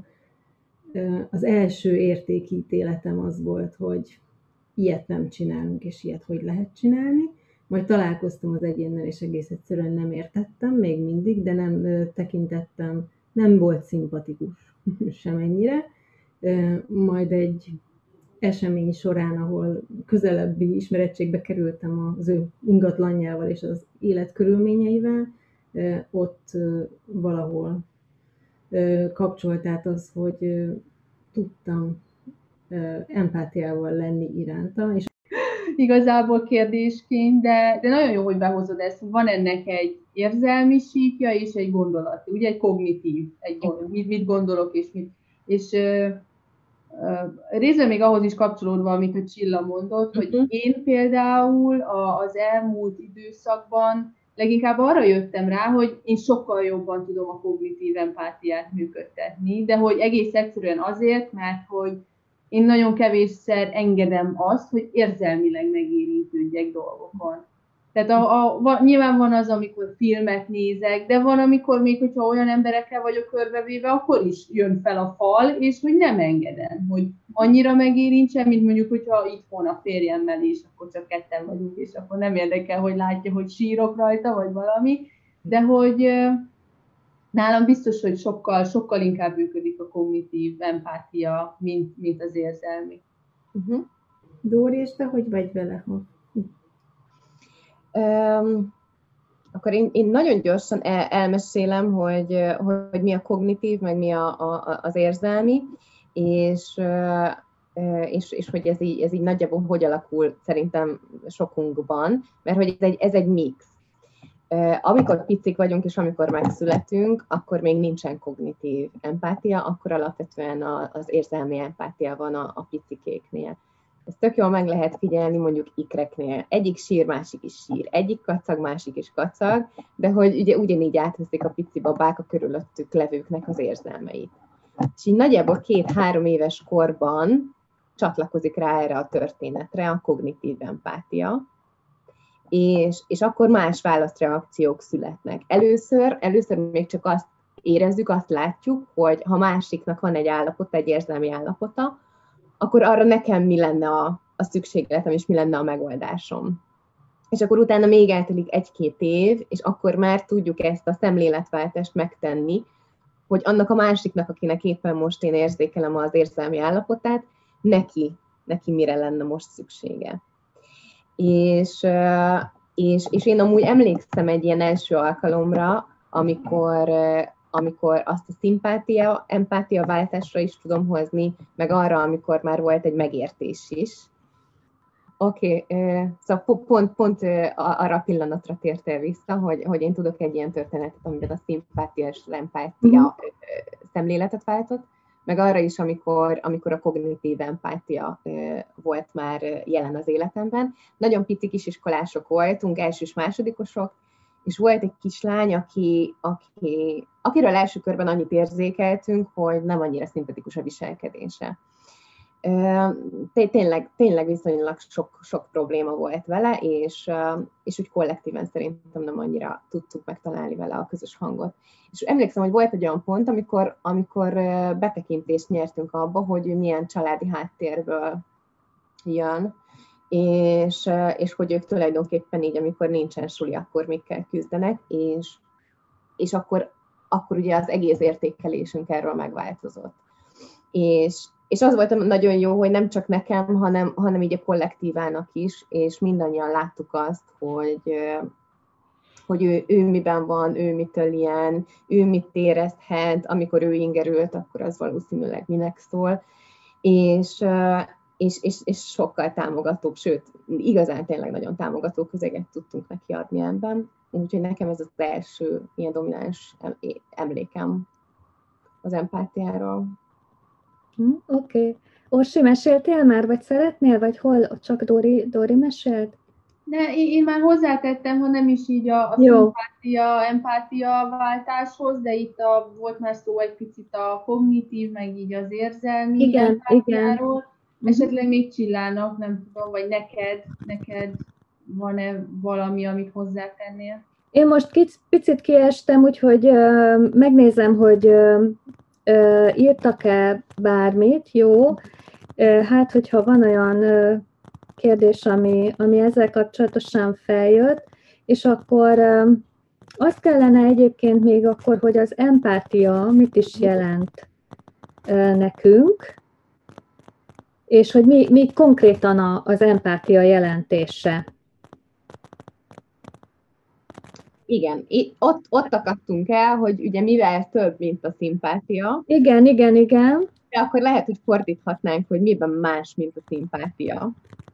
az első értékítéletem az volt, hogy ilyet nem csinálunk, és ilyet hogy lehet csinálni. Majd találkoztam az egyénnel, és egész egyszerűen nem értettem, még mindig, de nem tekintettem, nem volt szimpatikus semennyire. Majd egy esemény során, ahol közelebbi ismerettségbe kerültem az ő ingatlanjával és az életkörülményeivel, ott valahol kapcsolt át az, hogy tudtam empátiával lenni iránta. És igazából kérdésként, de, de nagyon jó, hogy behozod ezt. Van ennek egy érzelmi síkja és egy gondolati, ugye egy kognitív, egy gondol, mit, mit gondolok és mit. És uh, uh, részben még ahhoz is kapcsolódva, amit a Csilla mondott, hogy uh-huh. én például a, az elmúlt időszakban leginkább arra jöttem rá, hogy én sokkal jobban tudom a kognitív empátiát működtetni, de hogy egész egyszerűen azért, mert hogy én nagyon kevésszer engedem azt, hogy érzelmileg megérintődjek dolgokon. Tehát a, a, nyilván van az, amikor filmet nézek, de van, amikor még, hogyha olyan emberekkel vagyok körbevéve, akkor is jön fel a fal, és hogy nem engedem, hogy annyira megérintsen, mint mondjuk, hogyha itthon a férjemmel is, akkor csak ketten vagyunk, és akkor nem érdekel, hogy látja, hogy sírok rajta, vagy valami, de hogy nálam biztos, hogy sokkal, sokkal inkább működik a kognitív empátia, mint, mint az érzelmi. Uh-huh. Dóri, és te hogy vagy vele? Um, akkor én, én nagyon gyorsan el, elmesélem, hogy, hogy mi a kognitív, meg mi a, a, az érzelmi, és, és, és hogy ez így, ez így nagyjából hogy alakul szerintem sokunkban, mert hogy ez egy, ez egy mix. Amikor picik vagyunk, és amikor megszületünk, akkor még nincsen kognitív empátia, akkor alapvetően az érzelmi empátia van a, a picikéknél. Ezt tök jól meg lehet figyelni mondjuk ikreknél. Egyik sír, másik is sír. Egyik kacag, másik is kacag, de hogy ugye ugyanígy átveszik a pici babák a körülöttük levőknek az érzelmeit. És így nagyjából két-három éves korban csatlakozik rá erre a történetre a kognitív empátia, és, és akkor más válaszreakciók születnek. Először, először még csak azt érezzük, azt látjuk, hogy ha másiknak van egy állapota, egy érzelmi állapota, akkor arra nekem mi lenne a, a szükségletem, és mi lenne a megoldásom. És akkor utána még eltelik egy-két év, és akkor már tudjuk ezt a szemléletváltást megtenni, hogy annak a másiknak, akinek éppen most én érzékelem az érzelmi állapotát, neki, neki mire lenne most szüksége. És, és, és én amúgy emlékszem egy ilyen első alkalomra, amikor, amikor azt a szimpátia, empátia váltásra is tudom hozni, meg arra, amikor már volt egy megértés is. Oké, okay, szóval pont, pont arra a pillanatra tértél vissza, hogy, hogy én tudok egy ilyen történetet, amiben a szimpátia és az empátia mm. szemléletet váltott, meg arra is, amikor, amikor a kognitív empátia volt már jelen az életemben. Nagyon pici kisiskolások voltunk, első és másodikosok, és volt egy kislány, aki, aki, akiről első körben annyit érzékeltünk, hogy nem annyira szimpatikus a viselkedése. Tényleg, tényleg viszonylag sok, sok probléma volt vele, és, és úgy kollektíven szerintem nem annyira tudtuk megtalálni vele a közös hangot. És emlékszem, hogy volt egy olyan pont, amikor, amikor betekintést nyertünk abba, hogy milyen családi háttérből jön, és, és hogy ők tulajdonképpen így, amikor nincsen suli, akkor mikkel küzdenek, és, és akkor, akkor ugye az egész értékelésünk erről megváltozott. És, és az volt nagyon jó, hogy nem csak nekem, hanem, hanem így a kollektívának is, és mindannyian láttuk azt, hogy, hogy ő, ő miben van, ő mitől ilyen, ő mit érezhet, amikor ő ingerült, akkor az valószínűleg minek szól, és, és, és, és sokkal támogatóbb, sőt, igazán tényleg nagyon támogató közeget tudtunk neki adni ebben, úgyhogy nekem ez az első ilyen domináns emlékem az empátiáról. Hm, Oké. Okay. Orsi, meséltél már, vagy szeretnél, vagy hol csak Dori, Dori mesélt? De én, én már hozzátettem, ha nem is így a, a szimpátia, empátia váltáshoz, de itt a, volt már szó egy picit a kognitív, meg így az érzelmi igen, empátiáról. Igen. Esetleg még Csillának, nem tudom, vagy neked, neked van-e valami, amit hozzátennél? Én most kic, picit kiestem, úgyhogy uh, megnézem, hogy uh, uh, írtak-e bármit, jó. Uh, hát, hogyha van olyan uh, kérdés, ami, ami ezzel kapcsolatosan feljött, és akkor uh, azt kellene egyébként még akkor, hogy az empátia mit is jelent uh, nekünk, és hogy mi, mi konkrétan a, az empátia jelentése. Igen, ott, ott akadtunk el, hogy ugye mivel több, mint a szimpátia. Igen, igen, igen. De akkor lehet, hogy fordíthatnánk, hogy miben más, mint a szimpátia.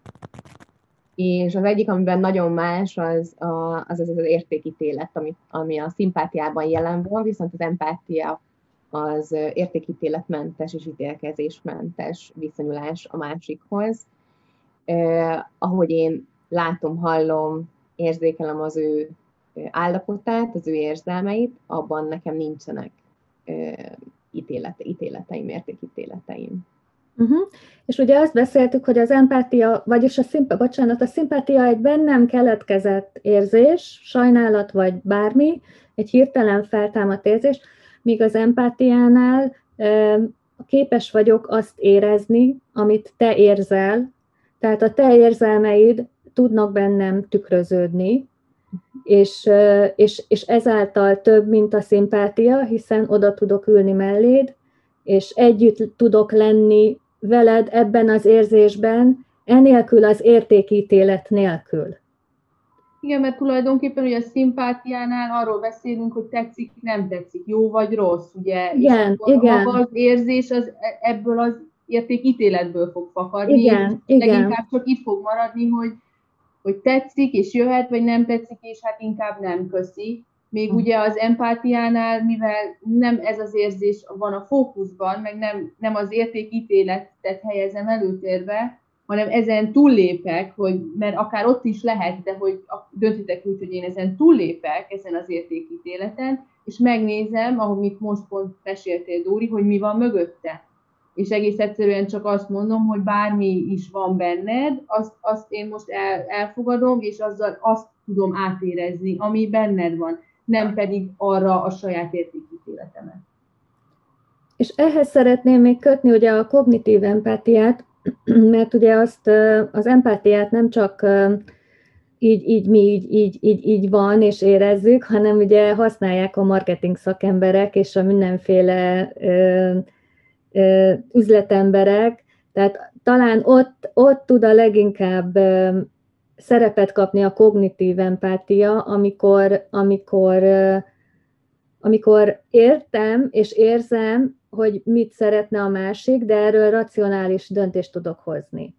És az egyik, amiben nagyon más, az a, az, az, az értékítélet, ami, ami a szimpátiában jelen van, viszont az empátia az értékítéletmentes és ítélkezésmentes viszonyulás a másikhoz. Eh, ahogy én látom, hallom, érzékelem az ő állapotát, az ő érzelmeit, abban nekem nincsenek eh, ítélete, ítéleteim, értékítéleteim. Uh-huh. És ugye azt beszéltük, hogy az empátia, vagyis a, szimp- bocsánat, a szimpátia egy bennem keletkezett érzés, sajnálat vagy bármi, egy hirtelen feltámadt érzés, míg az empátiánál e, képes vagyok azt érezni, amit te érzel, tehát a te érzelmeid tudnak bennem tükröződni, és, és, és ezáltal több, mint a szimpátia, hiszen oda tudok ülni melléd, és együtt tudok lenni veled ebben az érzésben, enélkül az értékítélet nélkül. Igen, mert tulajdonképpen ugye a szimpátiánál arról beszélünk, hogy tetszik, nem tetszik, jó vagy rossz, ugye? Igen, és igen. Maga az érzés az, ebből az értékítéletből fog fakadni, igen, és igen. leginkább csak itt fog maradni, hogy, hogy tetszik, és jöhet, vagy nem tetszik, és hát inkább nem köszi. Még ugye az empátiánál, mivel nem ez az érzés van a fókuszban, meg nem, nem az értékítéletet helyezem előtérbe, hanem ezen túllépek, hogy, mert akár ott is lehet, de hogy döntitek úgy, hogy én ezen túllépek, ezen az értékítéleten, és megnézem, ahogy most pont meséltél, Dóri, hogy mi van mögötte. És egész egyszerűen csak azt mondom, hogy bármi is van benned, azt, azt én most el, elfogadom, és azzal azt tudom átérezni, ami benned van, nem pedig arra a saját értékítéletemet. És ehhez szeretném még kötni ugye a kognitív empátiát, mert ugye azt az empátiát nem csak így, így mi így, így, így, így van és érezzük, hanem ugye használják a marketing szakemberek és a mindenféle ö, ö, üzletemberek, tehát talán ott, ott tud a leginkább ö, szerepet kapni a kognitív empátia, amikor, amikor, ö, amikor értem és érzem, hogy mit szeretne a másik, de erről racionális döntést tudok hozni.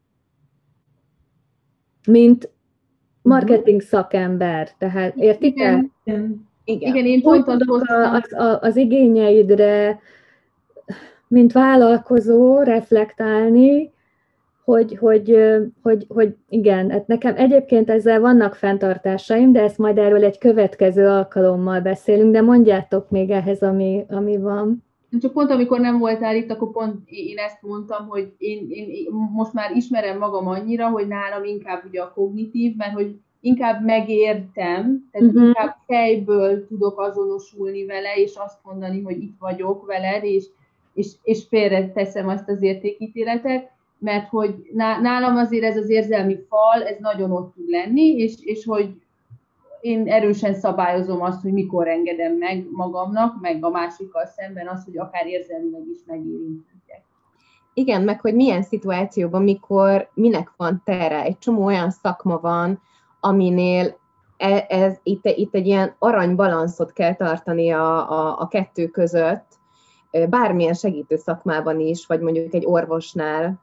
Mint marketing szakember. Tehát értik el? Igen. Igen. Igen, én pont tudok az, az, az igényeidre, mint vállalkozó reflektálni, hogy, hogy, hogy, hogy igen, hát nekem egyébként ezzel vannak fenntartásaim, de ezt majd erről egy következő alkalommal beszélünk, de mondjátok még ehhez, ami, ami van. Csak pont amikor nem voltál itt, akkor pont én ezt mondtam, hogy én, én, én most már ismerem magam annyira, hogy nálam inkább ugye a kognitív, mert hogy inkább megértem, tehát uh-huh. inkább fejből tudok azonosulni vele, és azt mondani, hogy itt vagyok veled, és, és, és félre teszem azt az értékítéletet, mert hogy nálam azért ez az érzelmi fal, ez nagyon ott tud lenni, és, és hogy én erősen szabályozom azt, hogy mikor engedem meg magamnak, meg a másikkal szemben azt, hogy akár érzelmileg is megérintjük. Igen, meg hogy milyen szituációban, mikor minek van tere. Egy csomó olyan szakma van, aminél ez, ez, itt, itt egy ilyen aranybalanszot kell tartani a, a, a kettő között, bármilyen segítő szakmában is, vagy mondjuk egy orvosnál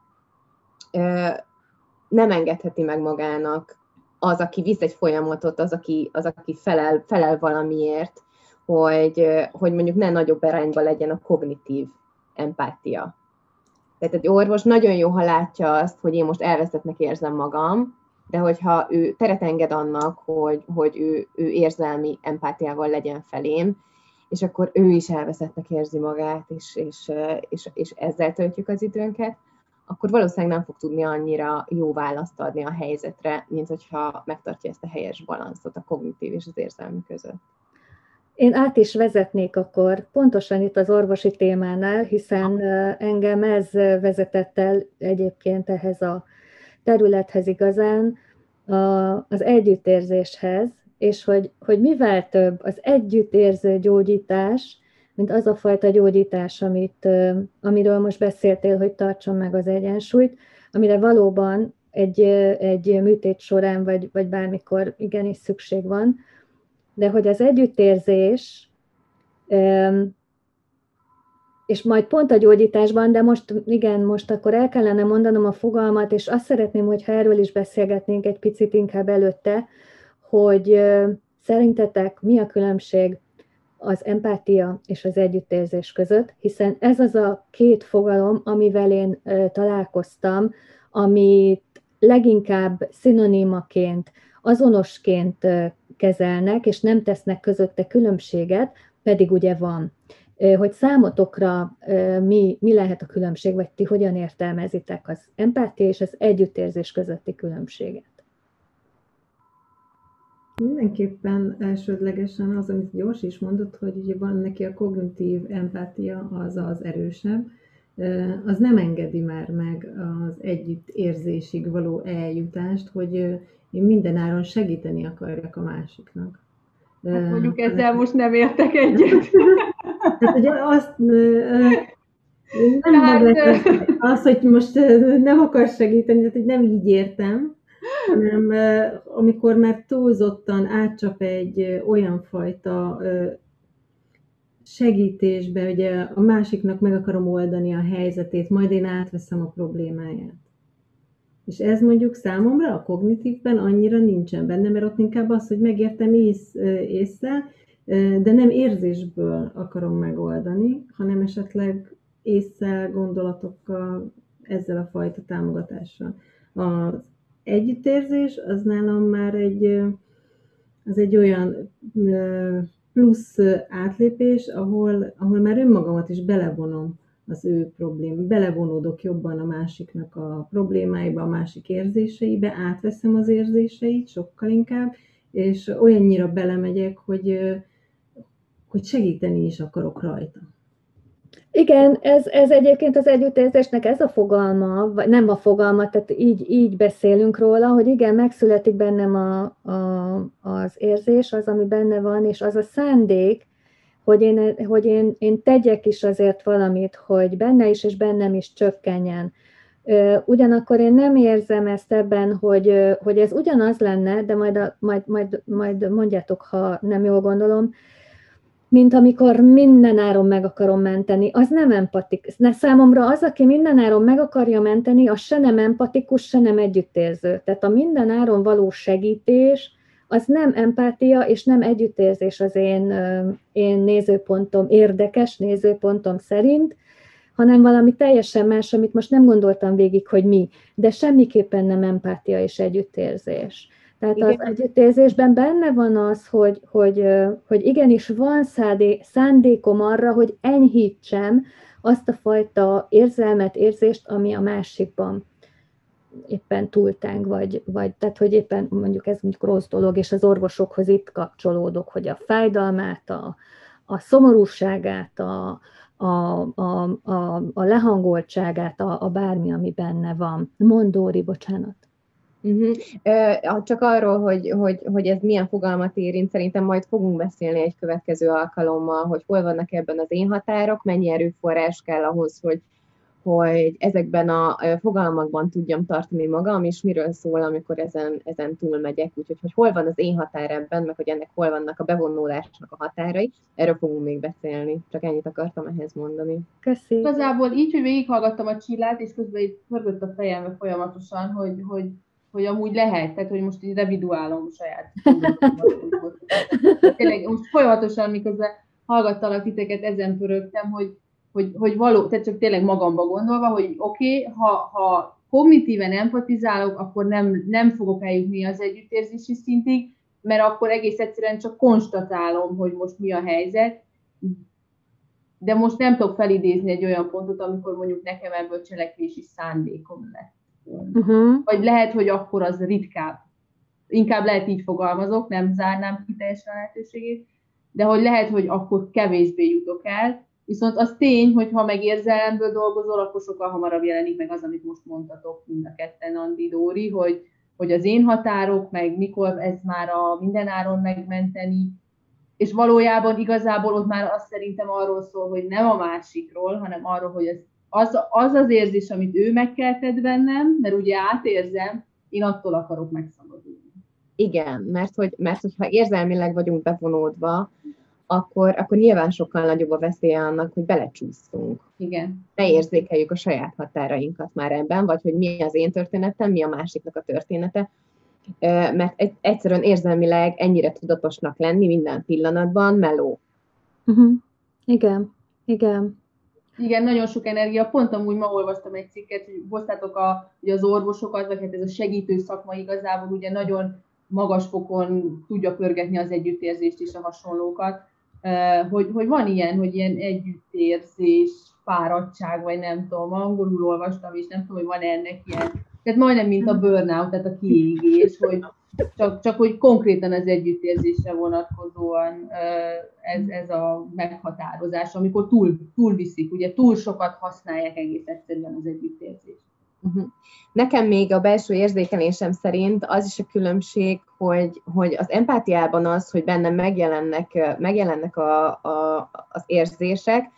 nem engedheti meg magának az, aki visz egy folyamatot, az, aki, az, aki felel, felel valamiért, hogy, hogy mondjuk ne nagyobb arányban legyen a kognitív empátia. Tehát egy orvos nagyon jó, ha látja azt, hogy én most elveszettnek érzem magam, de hogyha ő teret enged annak, hogy, hogy ő, ő érzelmi empátiával legyen felém, és akkor ő is elveszettnek érzi magát, és, és, és, és ezzel töltjük az időnket, akkor valószínűleg nem fog tudni annyira jó választ adni a helyzetre, mint hogyha megtartja ezt a helyes balanszot a kognitív és az érzelmi között. Én át is vezetnék akkor pontosan itt az orvosi témánál, hiszen engem ez vezetett el egyébként ehhez a területhez igazán, az együttérzéshez, és hogy, hogy mivel több az együttérző gyógyítás, mint az a fajta gyógyítás, amit, amiről most beszéltél, hogy tartson meg az egyensúlyt, amire valóban egy, egy műtét során, vagy, vagy bármikor igenis szükség van, de hogy az együttérzés, és majd pont a gyógyításban, de most igen, most akkor el kellene mondanom a fogalmat, és azt szeretném, hogyha erről is beszélgetnénk egy picit inkább előtte, hogy szerintetek mi a különbség az empátia és az együttérzés között, hiszen ez az a két fogalom, amivel én találkoztam, amit leginkább szinonimaként, azonosként kezelnek, és nem tesznek közötte különbséget, pedig ugye van. Hogy számotokra mi, mi lehet a különbség, vagy ti hogyan értelmezitek az empátia és az együttérzés közötti különbséget? Mindenképpen elsődlegesen az, amit Gyors is mondott, hogy ugye van neki a kognitív empátia, az az erősebb, az nem engedi már meg az együttérzésig való eljutást, hogy én mindenáron segíteni akarjak a másiknak. Hát mondjuk ezzel most nem értek egyet. Tehát ugye azt nem hát, az, hogy most nem akarsz segíteni, tehát hogy nem így értem, hanem amikor már túlzottan átcsap egy olyan fajta segítésbe, ugye a másiknak meg akarom oldani a helyzetét, majd én átveszem a problémáját. És ez mondjuk számomra a kognitívben annyira nincsen benne, mert ott inkább az, hogy megértem ész, észre, de nem érzésből akarom megoldani, hanem esetleg észszel, gondolatokkal, ezzel a fajta támogatással. Az együttérzés az nálam már egy, az egy olyan plusz átlépés, ahol, ahol már önmagamat is belevonom az ő problém, belevonódok jobban a másiknak a problémáiba, a másik érzéseibe, átveszem az érzéseit sokkal inkább, és olyannyira belemegyek, hogy, hogy segíteni is akarok rajta. Igen, ez, ez egyébként az együttérzésnek ez a fogalma, vagy nem a fogalma, tehát így, így beszélünk róla, hogy igen, megszületik bennem a, a, az érzés, az, ami benne van, és az a szándék, hogy én, hogy én, én tegyek is azért valamit, hogy benne is és bennem is csökkenjen. Ugyanakkor én nem érzem ezt ebben, hogy, hogy ez ugyanaz lenne, de majd, a, majd, majd, majd mondjátok, ha nem jól gondolom, mint amikor mindenáron meg akarom menteni, az nem empatikus. Számomra az, aki mindenáron meg akarja menteni, az se nem empatikus, se nem együttérző. Tehát a mindenáron való segítés, az nem empátia és nem együttérzés az én, én nézőpontom, érdekes nézőpontom szerint, hanem valami teljesen más, amit most nem gondoltam végig, hogy mi, de semmiképpen nem empátia és együttérzés. Tehát igen. Az együttérzésben benne van az, hogy, hogy, hogy igenis van szándékom arra, hogy enyhítsem azt a fajta érzelmet, érzést, ami a másikban éppen túltánk, vagy, vagy tehát, hogy éppen mondjuk ez mondjuk rossz dolog, és az orvosokhoz itt kapcsolódok, hogy a fájdalmát, a, a szomorúságát, a, a, a, a, a lehangoltságát, a, a bármi, ami benne van. Mondóri, bocsánat. Uh-huh. Csak arról, hogy, hogy, hogy ez milyen fogalmat érint, szerintem majd fogunk beszélni egy következő alkalommal, hogy hol vannak ebben az én határok, mennyi erőforrás kell ahhoz, hogy, hogy ezekben a fogalmakban tudjam tartani magam, és miről szól, amikor ezen, ezen túlmegyek, úgyhogy hogy hol van az én határ ebben, meg hogy ennek hol vannak a bevonulásnak a határai, erről fogunk még beszélni, csak ennyit akartam ehhez mondani. Köszi. Igazából így, hogy végighallgattam a Csillát, és közben így pörgött a fejembe folyamatosan, hogy, hogy hogy amúgy lehet, tehát hogy most így reviduálom saját gondolatomat. Tényleg most folyamatosan, miközben hallgattalak titeket, ezen pörögtem, hogy, hogy, hogy való, tehát csak tényleg magamba gondolva, hogy oké, okay, ha, ha kognitíven empatizálok, akkor nem, nem fogok eljutni az együttérzési szintig, mert akkor egész egyszerűen csak konstatálom, hogy most mi a helyzet, de most nem tudok felidézni egy olyan pontot, amikor mondjuk nekem ebből cselekvési szándékom lett. Uh-huh. Vagy lehet, hogy akkor az ritkább. Inkább lehet így fogalmazok, nem zárnám ki teljesen a lehetőségét, de hogy lehet, hogy akkor kevésbé jutok el, viszont az tény, hogy ha meg érzelemből dolgozol, akkor sokkal hamarabb jelenik meg az, amit most mondtatok mind a ketten, Andi, Dóri, hogy, hogy az én határok, meg mikor ez már a mindenáron megmenteni, és valójában igazából ott már azt szerintem arról szól, hogy nem a másikról, hanem arról, hogy ez Az, az az érzés, amit ő megkeltett bennem, mert ugye átérzem, én attól akarok megszabadulni. Igen, mert, hogy, mert hogyha érzelmileg vagyunk bevonódva, akkor, akkor nyilván sokkal nagyobb a veszélye annak, hogy belecsúszunk. Igen. Ne érzékeljük a saját határainkat már ebben, vagy hogy mi az én történetem, mi a másiknak a története, mert egyszerűen érzelmileg ennyire tudatosnak lenni minden pillanatban meló. Uh-huh. Igen, igen. Igen, nagyon sok energia. Pont amúgy ma olvastam egy cikket, hogy hoztátok a, ugye az orvosokat, vagy hát ez a segítő szakma igazából ugye nagyon magas fokon tudja pörgetni az együttérzést és a hasonlókat. Hogy, hogy van ilyen, hogy ilyen együttérzés, fáradtság, vagy nem tudom, angolul olvastam, és nem tudom, hogy van ennek ilyen. Tehát majdnem, mint a burnout, tehát a kiégés, hogy csak, csak hogy konkrétan az együttérzésre vonatkozóan ez, ez a meghatározás, amikor túl, túl viszik, ugye túl sokat használják egész egyszerűen az együttérzést. Uh-huh. Nekem még a belső érzékelésem szerint az is a különbség, hogy, hogy az empátiában az, hogy bennem megjelennek, megjelennek a, a, az érzések,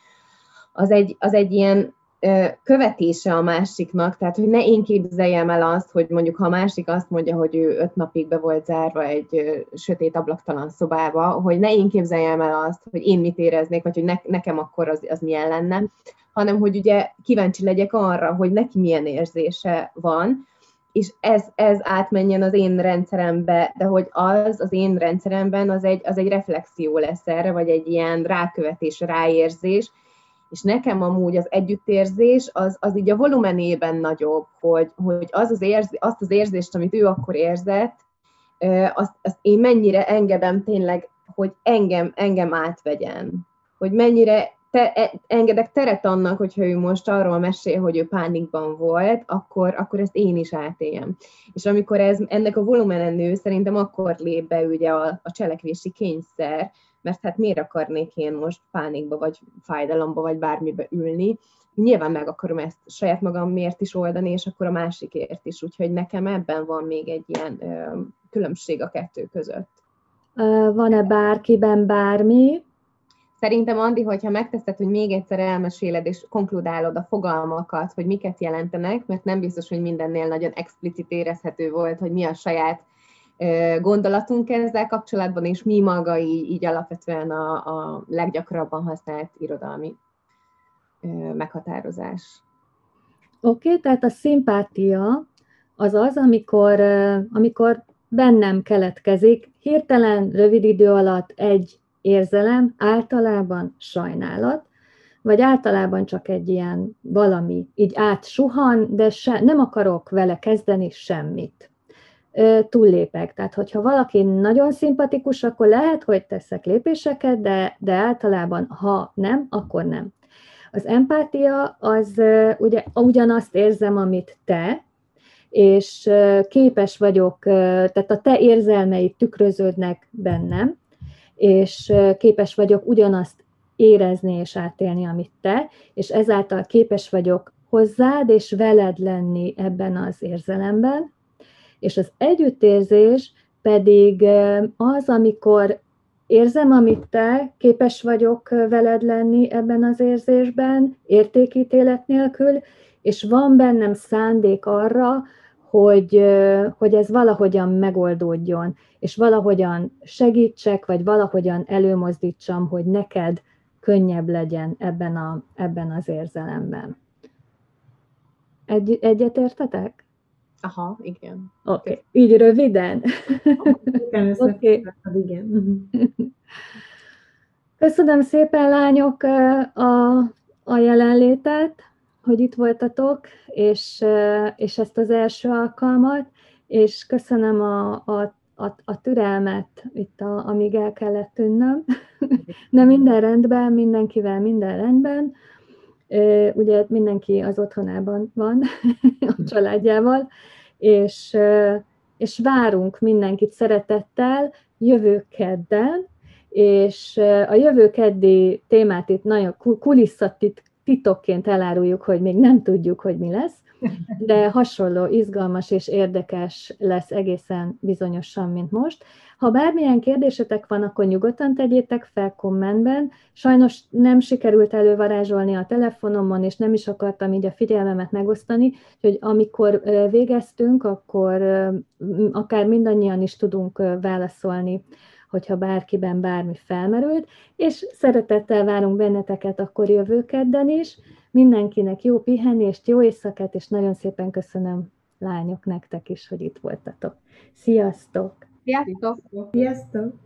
az egy, az egy ilyen követése a másiknak, tehát hogy ne én képzeljem el azt, hogy mondjuk ha a másik azt mondja, hogy ő öt napig be volt zárva egy sötét ablaktalan szobába, hogy ne én képzeljem el azt, hogy én mit éreznék, vagy hogy ne, nekem akkor az, az milyen lenne, hanem hogy ugye kíváncsi legyek arra, hogy neki milyen érzése van, és ez, ez átmenjen az én rendszerembe, de hogy az az én rendszeremben az egy, az egy reflexió lesz erre, vagy egy ilyen rákövetés, ráérzés, és nekem amúgy az együttérzés az, az így a volumenében nagyobb, hogy, hogy az az érz, azt az érzést, amit ő akkor érzett, azt, azt én mennyire engedem tényleg, hogy engem, engem átvegyen. Hogy mennyire te, engedek teret annak, hogyha ő most arról mesél, hogy ő pánikban volt, akkor, akkor ezt én is átéljem. És amikor ez, ennek a volumenen nő, szerintem akkor lép be ugye a, a cselekvési kényszer, mert hát miért akarnék én most pánikba, vagy fájdalomba, vagy bármibe ülni. Nyilván meg akarom ezt saját magamért is oldani, és akkor a másikért is. Úgyhogy nekem ebben van még egy ilyen ö, különbség a kettő között. Van-e bárkiben bármi? Szerintem, Andi, hogyha megteszed, hogy még egyszer elmeséled, és konkludálod a fogalmakat, hogy miket jelentenek, mert nem biztos, hogy mindennél nagyon explicit érezhető volt, hogy mi a saját gondolatunk ezzel kapcsolatban, és mi maga így, így alapvetően a, a leggyakrabban használt irodalmi meghatározás. Oké, okay, tehát a szimpátia az az, amikor, amikor bennem keletkezik hirtelen, rövid idő alatt egy érzelem, általában sajnálat, vagy általában csak egy ilyen valami így átsuhan, de se, nem akarok vele kezdeni semmit. Túllépek. Tehát, hogyha valaki nagyon szimpatikus, akkor lehet, hogy teszek lépéseket, de, de általában, ha nem, akkor nem. Az empátia az ugye ugyanazt érzem, amit te, és képes vagyok, tehát a te érzelmeid tükröződnek bennem, és képes vagyok ugyanazt érezni és átélni, amit te, és ezáltal képes vagyok hozzád és veled lenni ebben az érzelemben, és az együttérzés pedig az, amikor érzem, amit te, képes vagyok veled lenni ebben az érzésben, értékítélet nélkül, és van bennem szándék arra, hogy, hogy ez valahogyan megoldódjon, és valahogyan segítsek, vagy valahogyan előmozdítsam, hogy neked könnyebb legyen ebben, a, ebben az érzelemben. Egy, egyetértetek? Aha, igen. Oké, okay. Így röviden? Oké. Okay. Igen. Köszönöm szépen, lányok, a, a jelenlétet, hogy itt voltatok, és, és ezt az első alkalmat, és köszönöm a, a, a, a türelmet, itt a, amíg el kellett tűnnöm. De minden rendben, mindenkivel minden rendben. Ugye mindenki az otthonában van, a családjával, és, és várunk mindenkit szeretettel jövő kedden, és a jövő keddi témát itt nagyon kulisszatitokként eláruljuk, hogy még nem tudjuk, hogy mi lesz, de hasonló, izgalmas és érdekes lesz egészen bizonyosan, mint most. Ha bármilyen kérdésetek van, akkor nyugodtan tegyétek fel kommentben. Sajnos nem sikerült elővarázsolni a telefonomon, és nem is akartam így a figyelmemet megosztani, hogy amikor végeztünk, akkor akár mindannyian is tudunk válaszolni, hogyha bárkiben bármi felmerült, és szeretettel várunk benneteket akkor jövő kedden is. Mindenkinek jó pihenést, jó éjszakát, és nagyon szépen köszönöm, lányok, nektek is, hogy itt voltatok. Sziasztok! Sziasztok! Sziasztok!